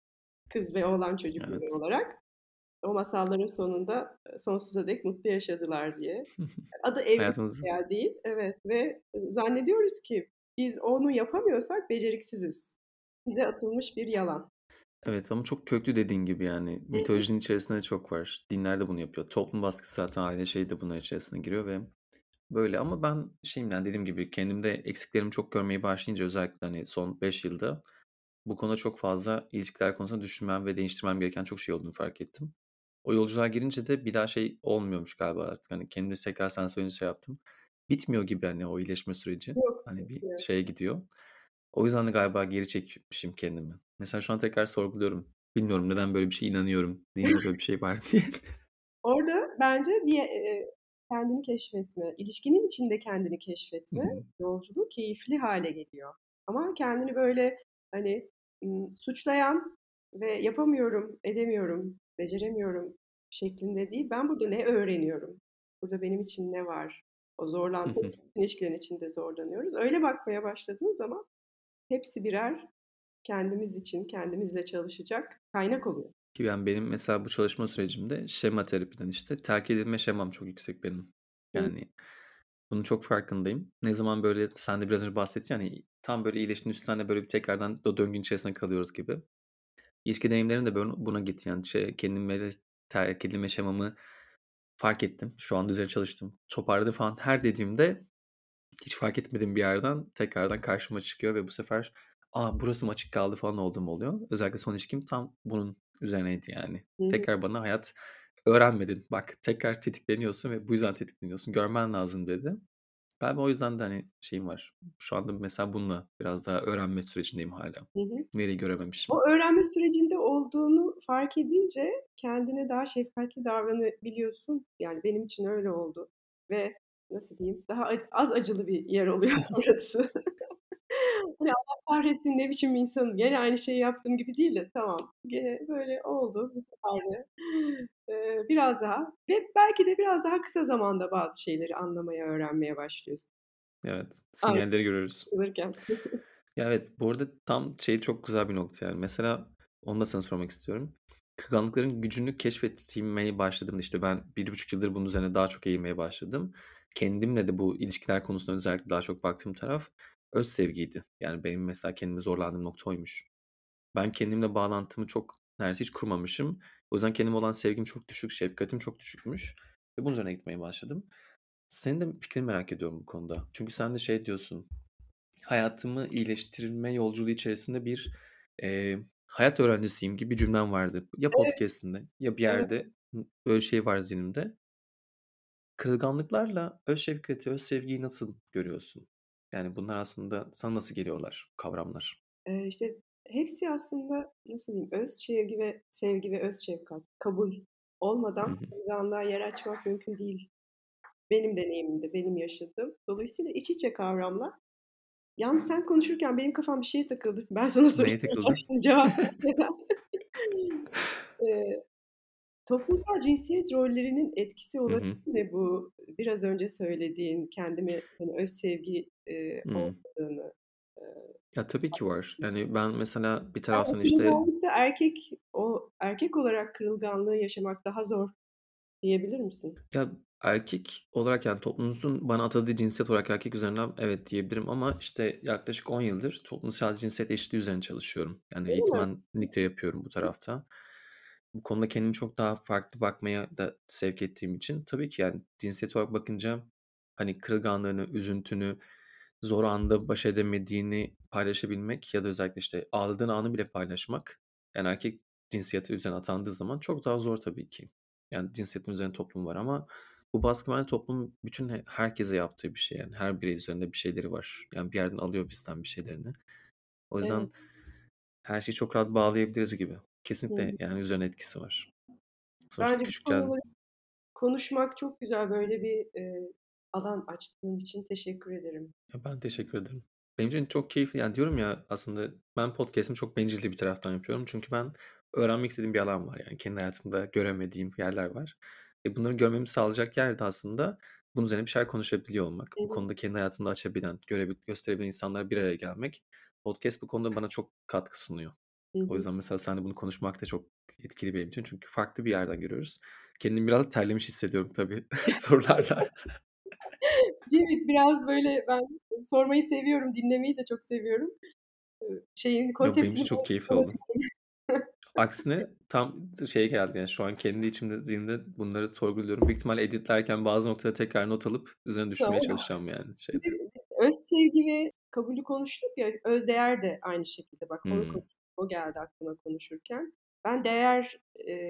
Kız ve oğlan çocukları Evet. olarak. O masalların sonunda sonsuza dek mutlu yaşadılar diye. Adı evlilik Hayatımızı veya değil. Evet ve zannediyoruz ki biz onu yapamıyorsak beceriksiziz. Bize atılmış bir yalan. Evet ama çok köklü dediğin gibi yani Hı hı. mitolojinin içerisinde de çok var. Dinler de bunu yapıyor. Toplum baskısı zaten aile şeyi de bunun içerisine giriyor ve böyle ama ben şeyim yani dediğim gibi kendimde eksiklerimi çok görmeye başlayınca özellikle hani son 5 yılda bu konuda çok fazla ilişkiler konusunda düşünmem ve değiştirmem gereken çok şey olduğunu fark ettim. O yolculuğa girince de bir daha şey olmuyormuş galiba artık. Hani kendime tekrar sen söyleyince şey yaptım. Bitmiyor gibi hani o iyileşme süreci. Yok, Hani bir bitmiyor. şeye gidiyor. O yüzden de galiba geri çekmişim kendimi. Mesela şu an tekrar sorguluyorum. Bilmiyorum neden böyle bir şeye inanıyorum. Dinimde böyle bir şey var diye. Orada bence bir, kendini keşfetme, ilişkinin içinde kendini Hı keşfetme hı. yolculuğu keyifli hâle geliyor. Ama kendini böyle, hani, suçlayan ve yapamıyorum, edemiyorum, beceremiyorum şeklinde değil, ben burada ne öğreniyorum? Burada benim için ne var? O Hı hı. bütün ilişkilerin içinde zorlanıyoruz. Öyle bakmaya başladığın zaman hepsi birer kendimiz için, kendimizle çalışacak kaynak oluyor. Ki yani benim mesela bu çalışma sürecimde şema terapiden işte terk edilme şemam çok yüksek benim. Hı Yani bunun çok farkındayım. Ne zaman böyle sen de biraz önce bahsettin ya, hani tam böyle iyileştiğin üstüne de böyle bir tekrardan o döngünün içerisine kalıyoruz gibi. İlişki deneyimlerim de böyle buna gitti. Yani şey, kendime böyle terk edilme şemamı fark ettim. Şu anda üzerine çalıştım. Toparladı falan her dediğimde hiç fark etmediğim bir yerden tekrardan karşıma çıkıyor ve bu sefer, burası mı açık kaldı?" falan olduğum oluyor. Özellikle son ilişkim tam bunun üzerineydi yani. hı. Hı. Tekrar bana hayat, "Öğrenmedin, bak tekrar tetikleniyorsun ve bu yüzden tetikleniyorsun, görmen lazım." dedi. Galiba o yüzden de, hani, şeyim var. Şu anda mesela bununla biraz daha öğrenme sürecindeyim hâlâ. Hı hı. Nereyi görememişim. O öğrenme sürecinde olduğunu fark edince kendine daha şefkatli davranabiliyorsun. Yani benim için öyle oldu ve nasıl diyeyim, daha az acılı bir yer oluyor orası. Hani Allah kahretsin ne biçim bir insanım, gene aynı şeyi yaptığım gibi değil de tamam, gene böyle oldu bu sefer de. Biraz daha ve belki de biraz daha kısa zamanda bazı şeyleri anlamaya, öğrenmeye başlıyorsun Evet, sinyalleri görüyoruz. ayrılırken. Ya, evet, bu arada tam şey çok güzel bir nokta yani. Mesela onu da sana sormak istiyorum. Kırgınlıkların gücünü keşfetmeye başladığımda, işte, ben 1,5 yıldır bunun üzerine daha çok eğilmeye başladım. Kendimle de bu ilişkiler konusunda özellikle daha çok baktığım taraf öz sevgiydi. Yani, benim mesela kendimi zorlandığım nokta oymuş. Ben kendimle bağlantımı çok neredeyse hiç kurmamışım. O yüzden kendime olan sevgim çok düşük, şefkatim çok düşükmüş ve bunun üzerine gitmeye başladım. Senin de fikrini merak ediyorum bu konuda. Çünkü sen de şey diyorsun, hayatımı iyileştirme yolculuğu içerisinde bir, hayat öğrencisiyim gibi bir cümlen vardı. Ya Evet, podcast'inde ya bir evet. yerde, böyle şey var zihnimde. Kırılganlıklarla öz şefkati, öz sevgiyi nasıl görüyorsun? Yani bunlar aslında sana nasıl geliyorlar, kavramlar? İşte hepsi aslında nasıl diyeyim, öz sevgi ve öz şefkat, kabul Hı olmadan hı. kırılganlığa yer açmak mümkün değil. Benim deneyimimde, benim yaşadığım. Dolayısıyla iç içe kavramlar. Yalnız sen konuşurken benim kafam bir şeye takıldı. Ben sana soru Neye soracağım takıldın? şimdi cevap vermeden. Eee, Toplumsal cinsiyet rollerinin etkisi Hı olabilir hı. mi bu biraz önce söylediğin kendime, hani, öz sevgi, Hıı. olmadığını, eee, Ya, tabii ki var. Yani ben mesela bir yani taraftan, işte, kırılganlıkta erkek olarak kırılganlığı yaşamak daha zor diyebilir misin? ya, erkek olarak, yani, toplumumuzun bana atadığı cinsiyet olarak erkek üzerinden evet diyebilirim ama, işte, yaklaşık 10 yıldır toplumsal cinsiyet eşitliği üzerine çalışıyorum. Yani Öyle mi? eğitmenlik de yapıyorum bu tarafta. Bu konuda kendimi çok daha farklı bakmaya da sevk ettiğim için tabii ki, yani, cinsiyet olarak bakınca, hani, kırılganlığını, üzüntünü, zor anda baş edemediğini paylaşabilmek ya da özellikle, işte, ağladığın anı bile paylaşmak, yani, erkek cinsiyeti üzerine atandığı zaman çok daha zor tabii ki. Yani, cinsiyetin üzerine toplum var ama bu baskı bence toplumun bütün herkese yaptığı bir şey, yani. Her birey üzerinde bir şeyleri var. Yani, bir yerden alıyor bizden bir şeylerini. O Evet. yüzden her şeyi çok rahat bağlayabiliriz gibi. Hı Kesinlikle, hı. yani, üzerine etkisi var. Sonuçta Bence bu küçükken. konuları konuşmak çok güzel. Böyle bir, alan açtığın için teşekkür ederim. Ya, ben teşekkür ederim. Benim için çok keyifli. Yani, diyorum ya, aslında ben podcast'imi çok bencilce bir taraftan yapıyorum. Çünkü ben öğrenmek istediğim bir alan var. Yani, kendi hayatımda göremediğim yerler var. Bunları görmemi sağlayacak yer de aslında bunun üzerine bir şeyler konuşabiliyor olmak. Hı Bu hı. konuda kendi hayatında açabilen, gösterebilen insanlar bir araya gelmek. Podcast bu konuda bana çok katkı sunuyor. Hı O hı. yüzden mesela seninle bunu konuşmak da çok etkili benim için. Çünkü farklı bir yerden görüyoruz. Kendimi biraz terlemiş hissediyorum tabii sorularla. Değil mi? Biraz böyle ben sormayı seviyorum, dinlemeyi de çok seviyorum. Yo, benim Konseptini için çok bozmuş keyifli oldu. olabilirim. Aksine tam şey geldi, yani, şu an kendi içimde, zihnimde bunları sorguluyorum. Büyük ihtimalle editlerken bazı noktaları tekrar not alıp üzerine düşmeye Tamam. çalışacağım, yani, Bir şeyde. de öz sevgi ve kabulü konuştuk ya, özdeğer de aynı şekilde bak onu Hımm. konuştuk. O geldi aklıma konuşurken. Ben değer,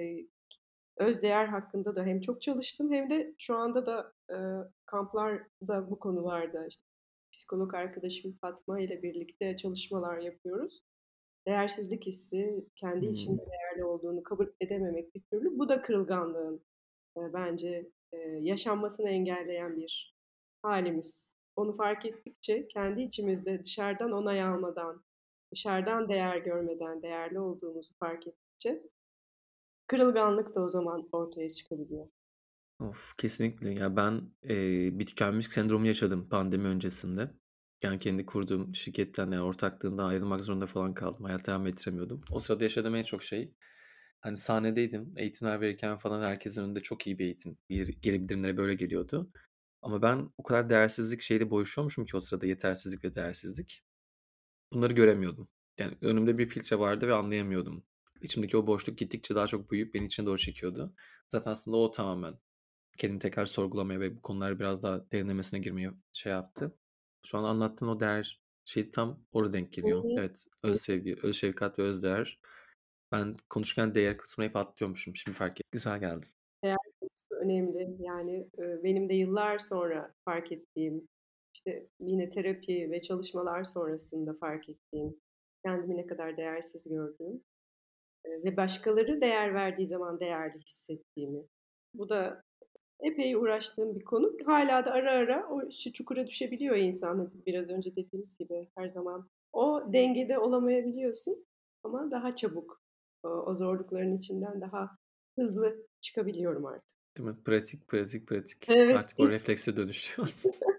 özdeğer hakkında da hem çok çalıştım hem de şu anda da, kamplarda bu konularda, işte, psikolog arkadaşım Fatma ile birlikte çalışmalar yapıyoruz. Değersizlik hissi, kendi içinde Hımm. değerli olduğunu kabul edememek bir türlü. Bu da kırılganlığın, bence, yaşanmasını engelleyen bir hâlimiz. Onu fark ettikçe kendi içimizde dışarıdan onay almadan, dışarıdan değer görmeden değerli olduğumuzu fark ettikçe kırılganlık da o zaman ortaya çıkabiliyor. Of, kesinlikle. Ya, ben, bir tükenmişlik sendromu yaşadım pandemi öncesinde. Yani, kendi kurduğum şirketten, yani, ortaklığından ayrılmak zorunda falan kaldım. Hayata devam ettiremiyordum. O sırada yaşadığım en çok şey, hani, sahnedeydim, eğitimler verirken falan herkesin önünde çok iyi bir eğitim, geri bildirimleri böyle geliyordu. Ama ben o kadar değersizlik şeyiyle boğuşuyormuşum ki o sırada yetersizlik ve değersizlik. Bunları göremiyordum. Yani, önümde bir filtre vardı ve anlayamıyordum. İçimdeki o boşluk gittikçe daha çok büyüyüp beni içine doğru çekiyordu. Zaten aslında o tamamen kendimi tekrar sorgulamaya ve bu konuları biraz daha derinlemesine girmeye şey yaptı. Şu an anlattığın o değer şeyi tam orada denk Hı geliyor. hı. Evet, Hı. öz sevgi, öz şefkat ve öz değer. Ben konuşurken değer kısmını hep atlıyormuşum. Şimdi fark ettim. Güzel geldi. Değer konusu önemli. Yani, benim de yıllar sonra fark ettiğim, işte, yine terapi ve çalışmalar sonrasında fark ettiğim, kendimi ne kadar değersiz gördüğüm, ve başkaları değer verdiği zaman değerli hissettiğimi. Bu da epey uğraştığım bir konu. Hâlâ da ara ara o çukura düşebiliyor insan. Hani, biraz önce dediğimiz gibi her zaman o dengede olamayabiliyorsun ama daha çabuk, o zorlukların içinden daha hızlı çıkabiliyorum artık. Değil mi? Pratik, pratik, pratik. Evet, Artık o pratik. reflekse dönüşüyor.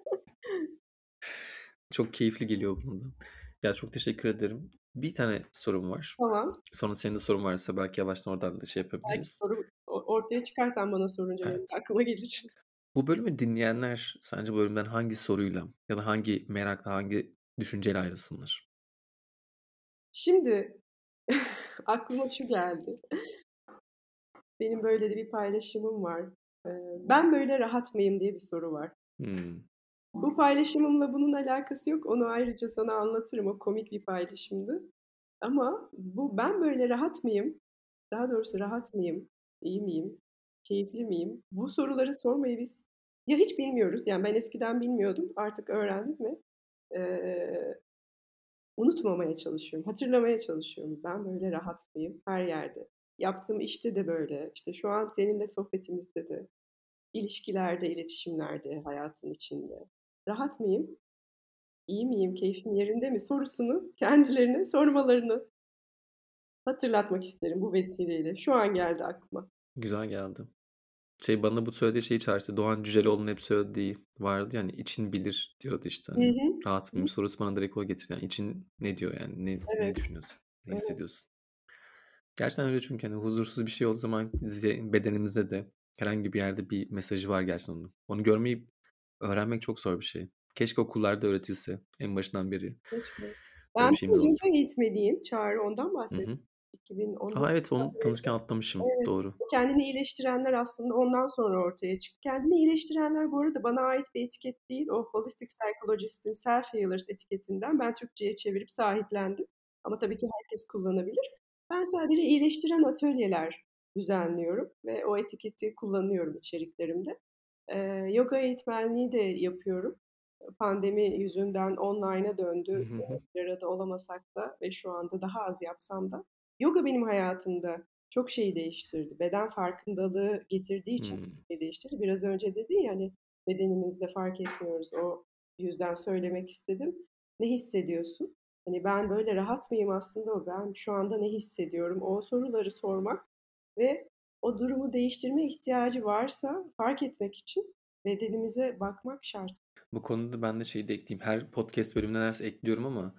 Çok keyifli geliyor bana da. Ya, çok teşekkür ederim. Bir tane sorum var. Tamam. Sonra senin de sorun varsa belki yavaştan oradan da şey Belki yapabiliriz. soru ortaya çıkar sen bana sorunca benim de Evet. aklıma gelir. Bu bölümü dinleyenler sence bu bölümden hangi soruyla ya da hangi merakla, hangi düşünceyle ayrılsınlar? Şimdi aklıma şu geldi. Benim böyle de bir paylaşımım var. "Ben böyle rahat mıyım?" diye bir soru var. Hımm. Bu paylaşımımla bunun alakası yok. Onu ayrıca sana anlatırım. O komik bir paylaşımdı. Ama bu "Ben böyle rahat mıyım?" Daha doğrusu rahat mıyım? İyi miyim? Keyifli miyim? Bu soruları sormayı biz Ya hiç bilmiyoruz, yani ben eskiden bilmiyordum, artık öğrendim ve eee, unutmamaya çalışıyorum, hatırlamaya çalışıyorum. Ben böyle rahat mıyım her yerde? Yaptığım işte de böyle, işte şu an seninle sohbetimizde de, ilişkilerde, iletişimlerde, hayatın içinde. Rahat mıyım? İyi miyim? Keyfim yerinde mi? Sorusunu kendilerine sormalarını hatırlatmak isterim bu vesileyle. Şu an geldi aklıma. Güzel geldi. Bana bu söylediği şeyi çağrıştırdı. Doğan Cüceloğlu'nun hep söylediği vardı ya, hani, "İçin bilir." diyordu işte, Hı hani, hı. "Rahat Hı. mıyım?" sorusu bana direkt o getiriyor. Yani için ne diyor yani? Ne Evet, düşünüyorsun? Ne evet, hissediyorsun? Gerçekten öyle çünkü, hani, huzursuz bir şey olduğu zaman bedenimizde de herhangi bir yerde bir mesajı var gerçekten onun. Onu görmeyi öğrenmek çok zor bir şey. Keşke okullarda öğretilse en başından beri. keşke. Böyle Ben bir bir şeyimiz de olsa. yoga eğitmeniyim. Çağrı ondan Hı bahsettim. hı. 2014 A, evet, onu beri. tanışırken atlamışım. Evet. Doğru. Kendini iyileştirenler aslında ondan sonra ortaya çıktı. Kendini iyileştirenler bu arada bana ait bir etiket değil. O Holistic Psychologist'in Self Healers etiketinden ben Türkçe'ye çevirip sahiplendim. Ama tabii ki herkes kullanabilir. Ben sadece iyileştiren atölyeler düzenliyorum ve o etiketi kullanıyorum içeriklerimde. Yoga eğitmenliği de yapıyorum. Pandemi yüzünden online'a Hı döndü. hı hı. Bir arada olamasak da ve şu anda daha az yapsam da. Yoga benim hayatımda çok şeyi değiştirdi. Beden farkındalığı getirdiği için çok Hımm. şey değiştirdi. Biraz önce dedin ya hani bedenimizde fark etmiyoruz. O yüzden söylemek istedim. Ne hissediyorsun? Hani ben böyle rahat mıyım aslında o ben şu anda ne hissediyorum? O soruları sormak ve o durumu değiştirme ihtiyacı varsa fark etmek için bedenimize bakmak şart. Bu konuda ben de şeyi de ekleyeyim. Her podcast bölümüne neredeyse ekliyorum ama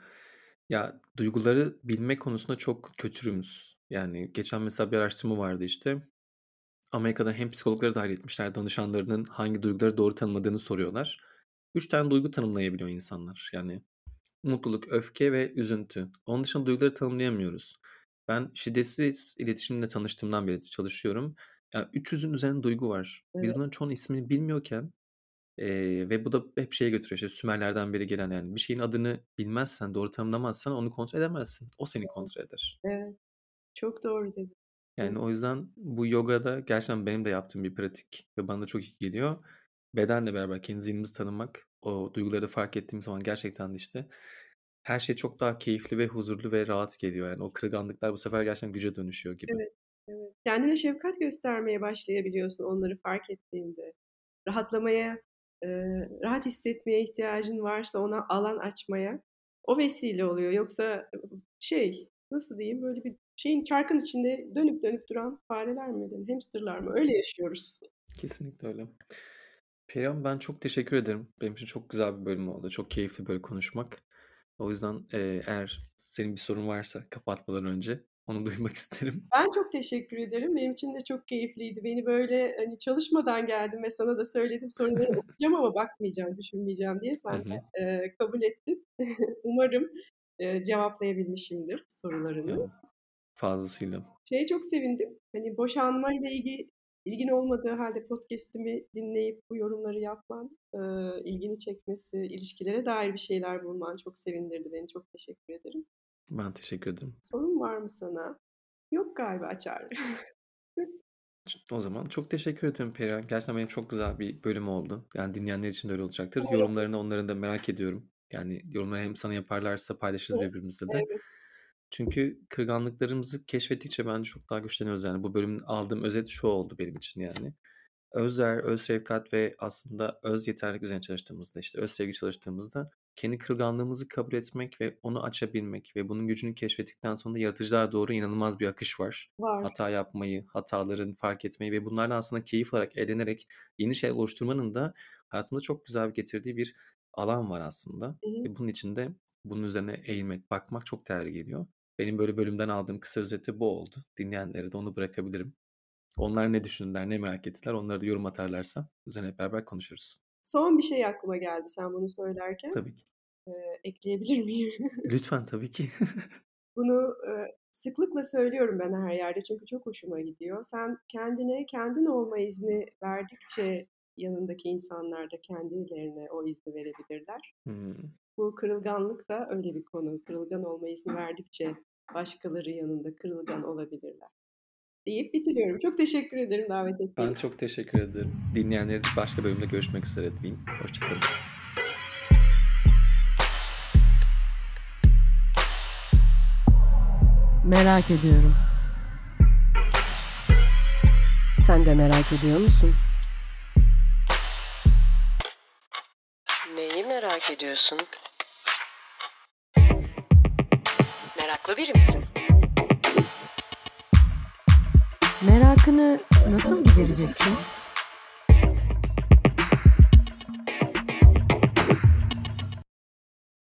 ya, duyguları bilme konusunda çok kötürümüz. Yani geçen mesela bir araştırma vardı işte. Amerika'da hem psikologları dâhil etmişler, danışanlarının hangi duyguları doğru tanımladığını soruyorlar. 3 tane duygu tanımlayabiliyor insanlar. Yani mutluluk, öfke ve üzüntü. Onun dışında duyguları tanımlayamıyoruz. Ben şiddetsiz iletişimle tanıştığımdan beri çalışıyorum. Ya, 300'ün üzerinde duygu var. Biz Evet, bunların çoğunun ismini bilmiyorken, ve bu da hep şeye götürüyor, işte, Sümerlerden beri gelen, yani, bir şeyin adını bilmezsen, doğru tanımlamazsan onu kontrol edemezsin. O seni kontrol eder. evet. Çok doğru dedin. Evet, Yani, o yüzden bu yogada gerçekten benim de yaptığım bir pratik ve bana da çok iyi geliyor. Bedenle beraber kendi zihnimizi tanımak, o duyguları da fark ettiğim zaman gerçekten de, işte, her şey çok daha keyifli ve huzurlu ve rahat geliyor. Yani, o kırılganlıklar bu sefer gerçekten güce dönüşüyor gibi. evet, evet. Kendine şefkat göstermeye başlayabiliyorsun onları fark ettiğinde. Rahatlamaya, rahat hissetmeye ihtiyacın varsa ona alan açmaya o vesile oluyor. Yoksa, şey, nasıl diyeyim, böyle bir şeyin çarkın içinde dönüp dönüp duran fareler mi denir, hamsterlar mı? Öyle yaşıyoruz. Kesinlikle öyle. Perihan, ben çok teşekkür ederim. Benim için çok güzel bir bölüm oldu. Çok keyifli böyle konuşmak. O yüzden, eğer senin bir sorun varsa kapatmadan önce onu duymak isterim. Ben çok teşekkür ederim. Benim için de çok keyifliydi. Beni böyle, hani, çalışmadan geldim ve sana da söyledim soruları okuyacağım ama bakmayacağım, düşünmeyeceğim diye. Hı Sen de, hı. kabul ettin. Umarım, cevaplayabilmişimdir sorularını. Ya, fazlasıyla. Şeye çok sevindim, hani, boşanmayla ilgin olmadığı hâlde podcast'imi dinleyip bu yorumları yapman, ilgini çekmesi, ilişkilere dair bir şeyler bulman çok sevindirdi beni. Çok teşekkür ederim. Ben teşekkür ederim. Sorun var mı sana? Yok galiba Çağrı. O zaman çok teşekkür ederim Perihan. Gerçekten benim çok güzel bir bölüm oldu. Yani dinleyenler için de öyle olacaktır. Umarım. Yorumlarını onların da merak ediyorum. Yani yorumları hem sana yaparlarsa paylaşırız birbirimizle de. Evet, Çünkü kırgınlıklarımızı keşfettikçe bence çok daha güçleniyoruz. Yani bu bölümün aldığım özet şu oldu benim için yani. Öz değer, öz şefkat ve aslında öz yeterlilik üzerine çalıştığımızda, işte öz sevgi çalıştığımızda kendi kırılganlığımızı kabul etmek ve onu açabilmek ve bunun gücünü keşfettikten sonra da yaratıcılığa doğru inanılmaz bir akış var. var. Hata yapmayı, hataların fark etmeyi ve bunlardan aslında keyif alarak, eğlenerek yeni şeyler oluşturmanın da hayatımıza çok güzel bir getirdiği bir alan var aslında. Hı hı. Ve bunun için de bunun üzerine eğilmek, bakmak çok değerli geliyor. Benim böyle bölümden aldığım kısa özeti bu oldu. Dinleyenlere de onu bırakabilirim. Onlar ne düşündüler, ne merak ettiler, onları da yorum atarlarsa üzerine hep beraber konuşuruz. Son bir şey aklıma geldi sen bunu söylerken. Tabii ki. Ekleyebilir miyim? Lütfen, tabii ki. Bunu, sıklıkla söylüyorum ben her yerde çünkü çok hoşuma gidiyor. Sen kendine kendin olma izni verdikçe yanındaki insanlar da kendilerine o izni verebilirler. Hımm. Bu kırılganlık da öyle bir konu. Kırılgan olma izni verdikçe başkaları yanında kırılgan olabilirler. deyip bitiriyorum. Çok teşekkür ederim davet ettiğiniz Ben için. çok teşekkür ederim. Dinleyenlere başka bölümde görüşmek üzere diyeyim. Hoşçakalın. Merak ediyorum. Sen de merak ediyor musun? Neyi merak ediyorsun? Meraklı biri misin? Merakını nasıl gidereceksin?